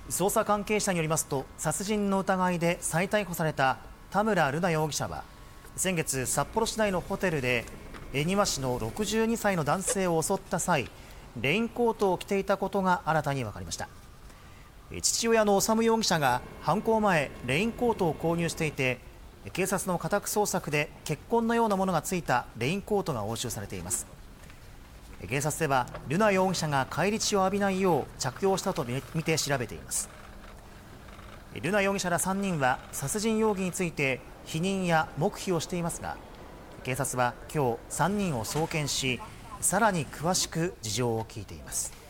捜査関係者によりますと、殺人の疑いで再逮捕された田村瑠奈容疑者は先月、札幌市内のホテルで恵庭市の62歳の男性を襲った際、レインコートを着ていたことが新たに分かりました。父親の修容疑者が犯行前、レインコートを購入していて、警察の家宅捜索で血痕のようなものがついたレインコートが押収されています。警察では瑠奈容疑者が返り血を浴びないよう着用したと見て調べています。瑠奈容疑者ら3人は殺人容疑について否認や黙秘をしていますが、警察は今日3人を送検し、さらに詳しく事情を聞いています。